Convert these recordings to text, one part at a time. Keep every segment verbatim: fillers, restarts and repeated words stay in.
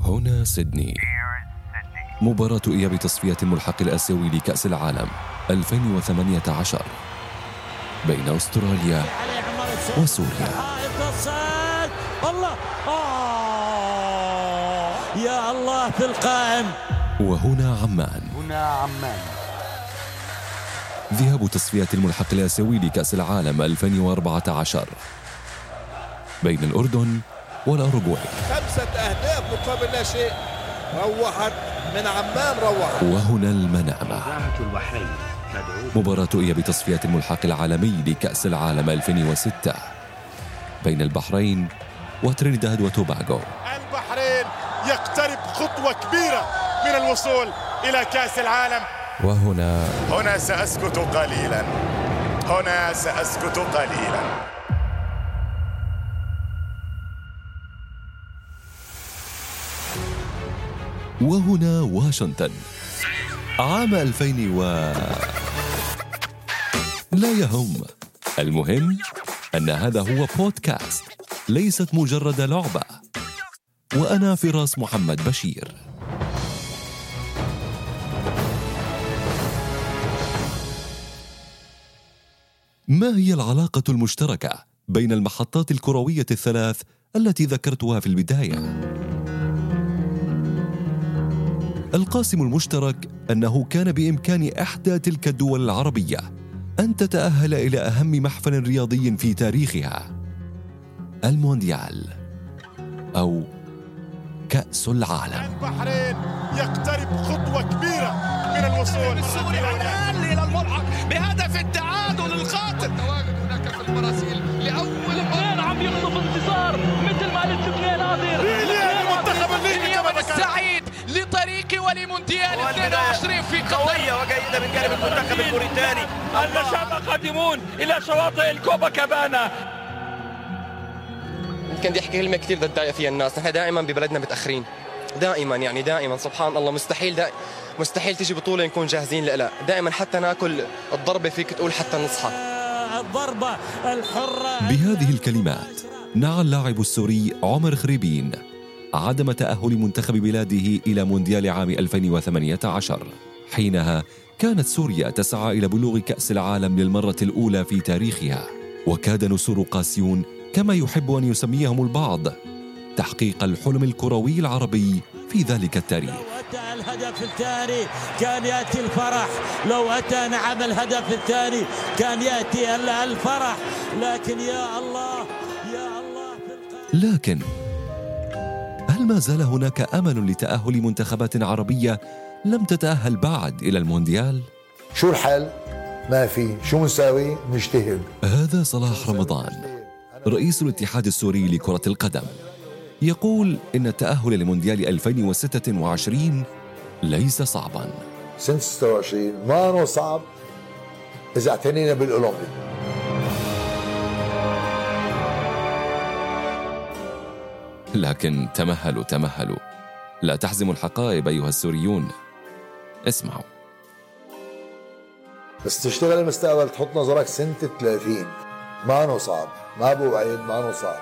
هنا سيدني. مباراة إياب تصفية الملحق الآسيوي لكأس العالم ألفين وثمانية عشر بين أستراليا وسوريا. الله آه يا الله في القائم. وهنا عمان. هنا عمان. ذهاب تصفية الملحق الآسيوي لكأس العالم ألفين وأربعة عشر بين الأردن والأوروغواي. خمسة أهداف مقابل لا شيء. روحت من عمان روحت. وهنا المنامة. مباراة إياب تصفية الملحق العالمي لكأس العالم ألفين وستة بين البحرين وترينيداد وتوباغو. البحرين يقترب خطوة كبيرة من الوصول إلى كأس العالم. وهنا هنا سأسكت قليلا. هنا سأسكت قليلا. وهنا واشنطن عام ألفين و لا يهم. المهم أن هذا هو بودكاست، ليست مجرد لعبة. وأنا فراس محمد بشير. ما هي العلاقة المشتركة بين المحطات الكروية الثلاث التي ذكرتها في البداية؟ القاسم المشترك أنه كان بإمكان إحدى تلك الدول العربية أن تتأهل إلى أهم محفل رياضي في تاريخها، المونديال أو كأس العالم. البحرين يقترب خطوة كبيرة من الوصول. سوريا الآن إلى الملحق بهدف التعادل القاتل. التواجد هناك في البرازيل لأول مرة عم يخطف انتصار مثل ما قلت شفنا ناظر. المنتخب الليبي اليوم السعيد لطريق ولمونديال اثنين وعشرين في قطر. قوية وجيدة من جانب المنتخب الموريتاني. النشاط قادمون إلى شواطئ الكوبا كابانا. يمكن دي كلمة كثير تضايق فيها الناس. نحن دائما ببلدنا متأخرين، دائما يعني دائما سبحان الله. مستحيل دا مستحيل تيجي بطولة نكون جاهزين لها. دائما حتى ناكل الضربة فيك تقول حتى نصحى. الضربة الحرة. بهذه الكلمات نعى اللاعب السوري عمر خريبين عدم تأهل منتخب بلاده إلى مونديال عام ألفين وثمانية عشر. حينها كانت سوريا تسعى إلى بلوغ كأس العالم للمرة الأولى في تاريخها، وكاد نسور قاسيون كما يحب أن يسميهم البعض تحقيق الحلم الكروي العربي في ذلك التاريخ. لو أتى الهدف الثاني كان يأتي الفرح، لو أتى نعم الهدف الثاني كان يأتي الفرح، لكن يا الله يا الله في القلب. لكن هل ما زال هناك أمل لتأهل منتخبات عربية لم تتأهل بعد إلى المونديال؟ شو الحل؟ ما في. شو نساوي؟ نجتهد. هذا صلاح رمضان رئيس الاتحاد السوري لكرة القدم، يقول إن التأهل لمونديال ألفين وستة وعشرين ليس صعباً. سنة ستة وعشرين ما هو صعب إذا اعتنينا بالأولمبي. لكن تمهلوا تمهلوا، لا تحزموا الحقائب أيها السوريون. اسمعوا. بس تشتغل المستقبل تحط نظرك سنة ثلاثين، ما هو صعب، ما بوعد، ما هو صعب.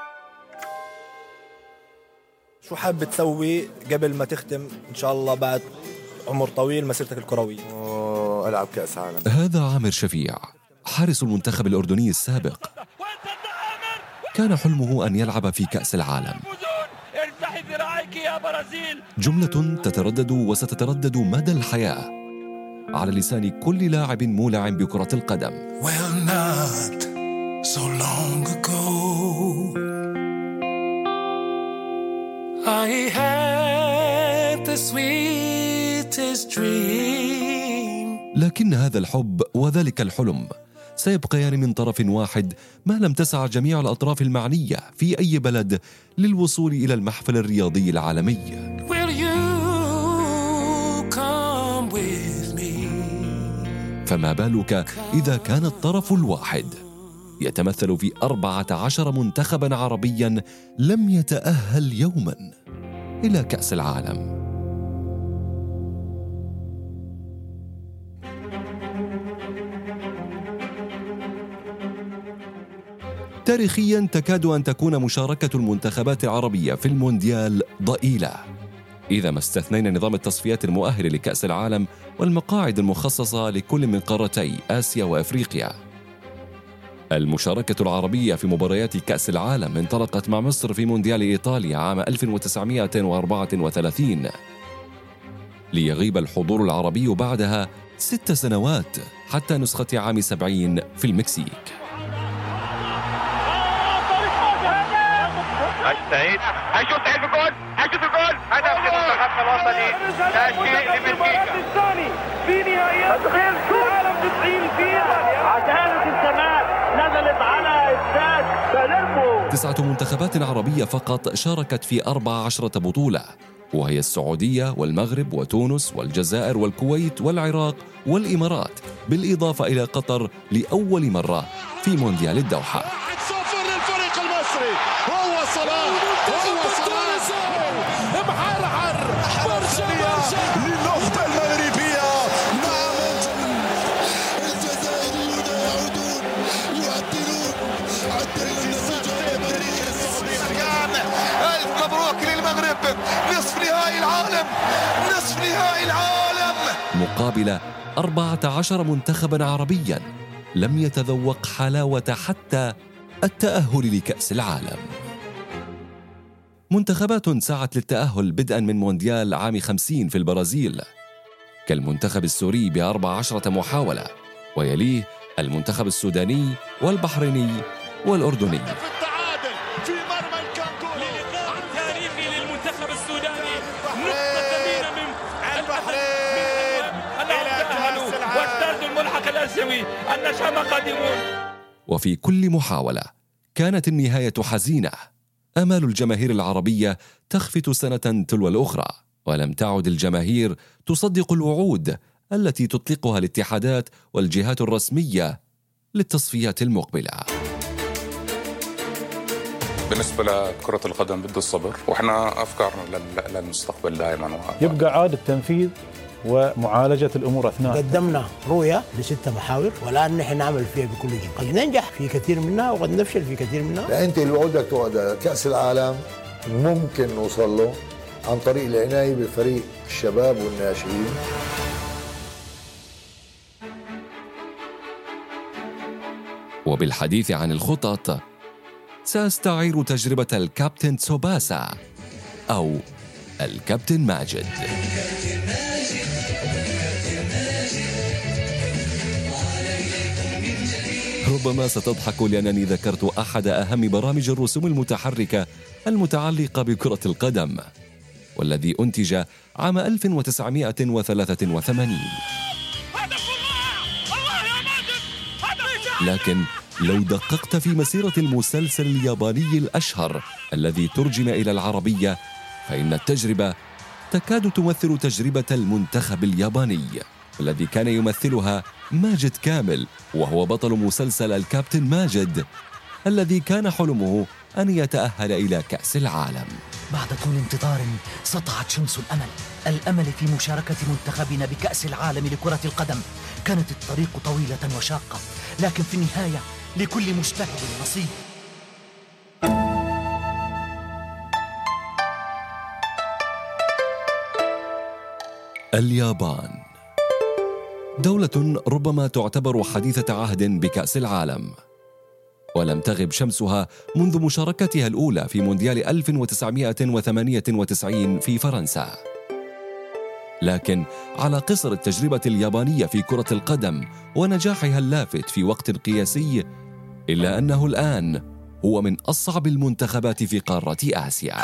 شو حابب تسوي قبل ما تختم إن شاء الله بعد عمر طويل مسيرتك الكروية؟ أوه، ألعب كأس عالم. هذا عامر شفيع حارس المنتخب الأردني السابق. كان حلمه أن يلعب في كأس العالم. جملة تتردد وستتردد مدى الحياة على لسان كل لاعب مولع بكرة القدم. Well, not so long ago I had the sweetest dream. لكن هذا الحب وذلك الحلم سيبقيان من طرف واحد ما لم تسع جميع الأطراف المعنية في أي بلد للوصول إلى المحفل الرياضي العالمي. Will you come with me? فما بالك إذا كان الطرف الواحد يتمثل في أربعة عشر منتخباً عربياً لم يتأهل يوماً إلى كأس العالم. تاريخياً تكاد أن تكون مشاركة المنتخبات العربية في المونديال ضئيلة، إذا ما استثنينا نظام التصفيات المؤهل لكأس العالم والمقاعد المخصصة لكل من قارتي آسيا وأفريقيا. المشاركة العربية في مباريات كأس العالم انطلقت مع مصر في مونديال إيطاليا عام ألف وتسعمائة وأربعة وثلاثين، ليغيب الحضور العربي بعدها ست سنوات حتى نسخة عام سبعين في المكسيك. سعيد هيشوط في الجول هيشوط في الجول هدف لمنتخبنا الوطني تأشير لبلجيكا الثاني في نهائيات العالم تسعين في عدالة السماء نزلت على استاد باليرمو. تسعة منتخبات عربية فقط شاركت في أربع عشرة بطولة، وهي السعودية والمغرب وتونس والجزائر والكويت والعراق والإمارات، بالإضافة إلى قطر لأول مرة في مونديال الدوحة. نصف نهائي العالم نصف نهائي العالم مقابل أربعة عشر منتخباً عربياً لم يتذوق حلاوة حتى التأهل لكأس العالم. منتخبات سعت للتأهل بدءاً من مونديال عام خمسين في البرازيل، كالمنتخب السوري بأربع عشرة محاولة، ويليه المنتخب السوداني والبحريني والأردني. وفي كل محاولة كانت النهاية حزينة، آمال الجماهير العربية تخفت سنة تلو الأخرى، ولم تعد الجماهير تصدق الوعود التي تطلقها الاتحادات والجهات الرسمية للتصفيات المقبلة. بالنسبة لكرة القدم بده الصبر، وإحنا أفكارنا للمستقبل دائما. يبقى عاد التنفيذ ومعالجة الأمور أثناء. قدمنا رؤية لست محاور، والآن نحن نعمل فيها بكل جد، قد ننجح في كثير منها وقد نفشل في كثير منها. لا أنت اللي بدك تقعد كأس العالم ممكن نوصل له عن طريق العناية بفريق الشباب والناشئين. وبالحديث عن الخطط سأستعير تجربة الكابتن تسوباسا أو الكابتن ماجد. ربما ستضحك لأنني ذكرت أحد أهم برامج الرسوم المتحركة المتعلقة بكرة القدم، والذي أنتج عام ألف وتسعمائة وثلاثة وثمانين. لكن لو دققت في مسيرة المسلسل الياباني الأشهر الذي ترجم إلى العربية، فإن التجربة تكاد تمثل تجربة المنتخب الياباني الذي كان يمثلها ماجد كامل، وهو بطل مسلسل الكابتن ماجد الذي كان حلمه أن يتأهل إلى كأس العالم. بعد طول انتظار سطعت شمس الأمل الأمل في مشاركة منتخبنا بكأس العالم لكرة القدم. كانت الطريق طويلة وشاقة، لكن في النهاية لكل مجتهد نصيب. اليابان دولة ربما تعتبر حديثة عهد بكأس العالم، ولم تغب شمسها منذ مشاركتها الأولى في مونديال ألف وتسعمائة وثمانية وتسعين في فرنسا. لكن على قصر التجربة اليابانية في كرة القدم ونجاحها اللافت في وقت قياسي، إلا أنه الآن هو من أصعب المنتخبات في قارة آسيا.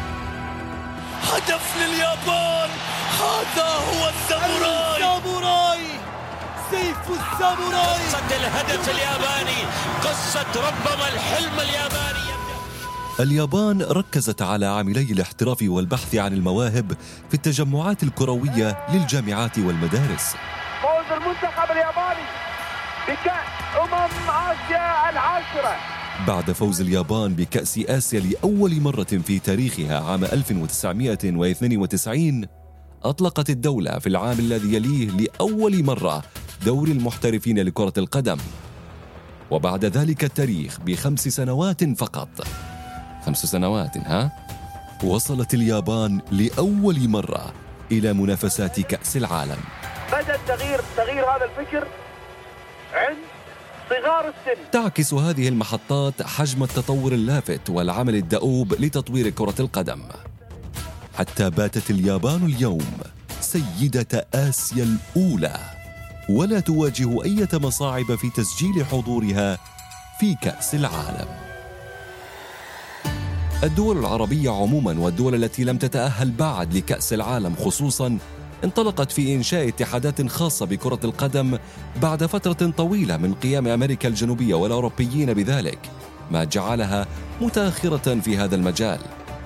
هدف لليابان، هذا هو الساموراي، الساموراي سيف الساموراي. قصة الهدف الياباني، قصة ربما الحلم الياباني. اليابان ركزت على عاملي الاحتراف والبحث عن المواهب في التجمعات الكروية للجامعات والمدارس. فوز المنتخب الياباني بكأس أمم آسيا العاشرة. بعد فوز اليابان بكأس آسيا لأول مرة في تاريخها عام ألف وتسعمائة واثنين وتسعين، أطلقت الدولة في العام الذي يليه لأول مرة دوري المحترفين لكرة القدم، وبعد ذلك التاريخ بخمس سنوات فقط، خمس سنوات ها وصلت اليابان لأول مرة إلى منافسات كأس العالم. بدأ التغيير تغيير هذا الفكر عند صغار السن. تعكس هذه المحطات حجم التطور اللافت والعمل الدؤوب لتطوير كرة القدم، حتى باتت اليابان اليوم سيدة آسيا الأولى، ولا تواجه أي مصاعب في تسجيل حضورها في كأس العالم. الدول العربية عموما والدول التي لم تتأهل بعد لكأس العالم خصوصا انطلقت في إنشاء اتحادات خاصة بكرة القدم بعد فترة طويلة من قيام أمريكا الجنوبية والأوروبيين بذلك، ما جعلها متأخرة في هذا المجال.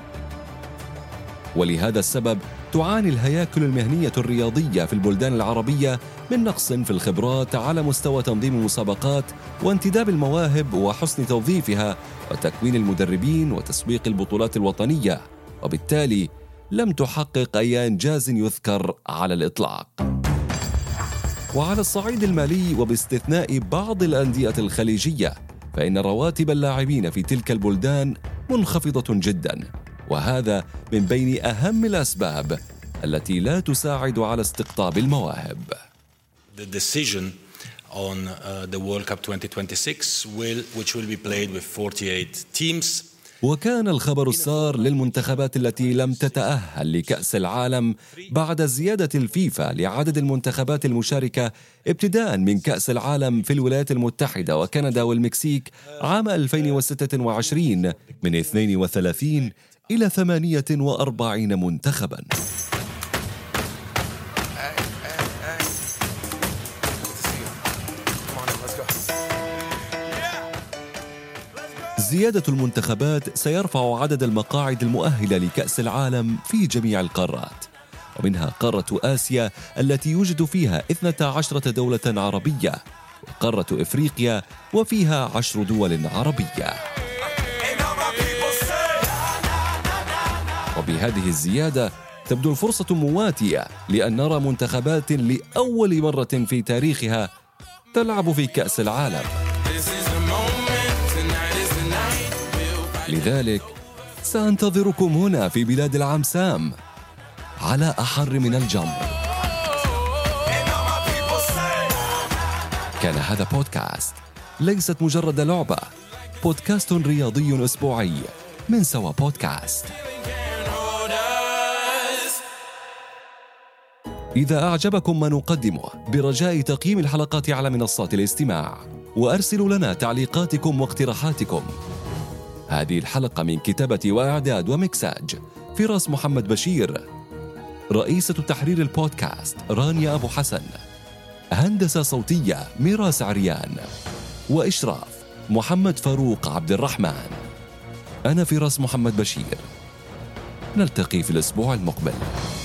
ولهذا السبب تعاني الهياكل المهنية الرياضية في البلدان العربية من نقص في الخبرات على مستوى تنظيم المسابقات وانتداب المواهب وحسن توظيفها وتكوين المدربين وتسويق البطولات الوطنية، وبالتالي لم تحقق أي إنجاز يذكر على الإطلاق. وعلى الصعيد المالي وباستثناء بعض الأندية الخليجية، فإن رواتب اللاعبين في تلك البلدان منخفضة جداً، وهذا من بين أهم الأسباب التي لا تساعد على استقطاب المواهب. The decision on uh, the World Cup twenty twenty-six will which will be played with forty-eight teams. وكان الخبر السار للمنتخبات التي لم تتأهل لكأس العالم بعد زيادة الفيفا لعدد المنتخبات المشاركة ابتداء من كأس العالم في الولايات المتحدة وكندا والمكسيك عام ألفين وستة وعشرين من اثنين وثلاثين إلى ثمانية وأربعين منتخباً. زيادة المنتخبات سيرفع عدد المقاعد المؤهلة لكأس العالم في جميع القارات، ومنها قارة آسيا التي يوجد فيها اثنتا عشرة دولة عربية، وقارة إفريقيا وفيها عشر دول عربية. وبهذه الزيادة تبدو الفرصة مواتية لأن نرى منتخبات لأول مرة في تاريخها تلعب في كأس العالم. لذلك سأنتظركم هنا في بلاد العم سام على أحر من الجمر. كان هذا بودكاست ليست مجرد لعبة، بودكاست رياضي أسبوعي من سوا بودكاست. إذا أعجبكم ما نقدمه برجاء تقييم الحلقات على منصات الاستماع، وأرسلوا لنا تعليقاتكم واقتراحاتكم. هذه الحلقة من كتابة وإعداد ومكساج فراس محمد بشير، رئيسة تحرير البودكاست رانيا أبو حسن، هندسة صوتية ميراس عريان، وإشراف محمد فاروق عبد الرحمن. أنا فراس محمد بشير، نلتقي في الأسبوع المقبل.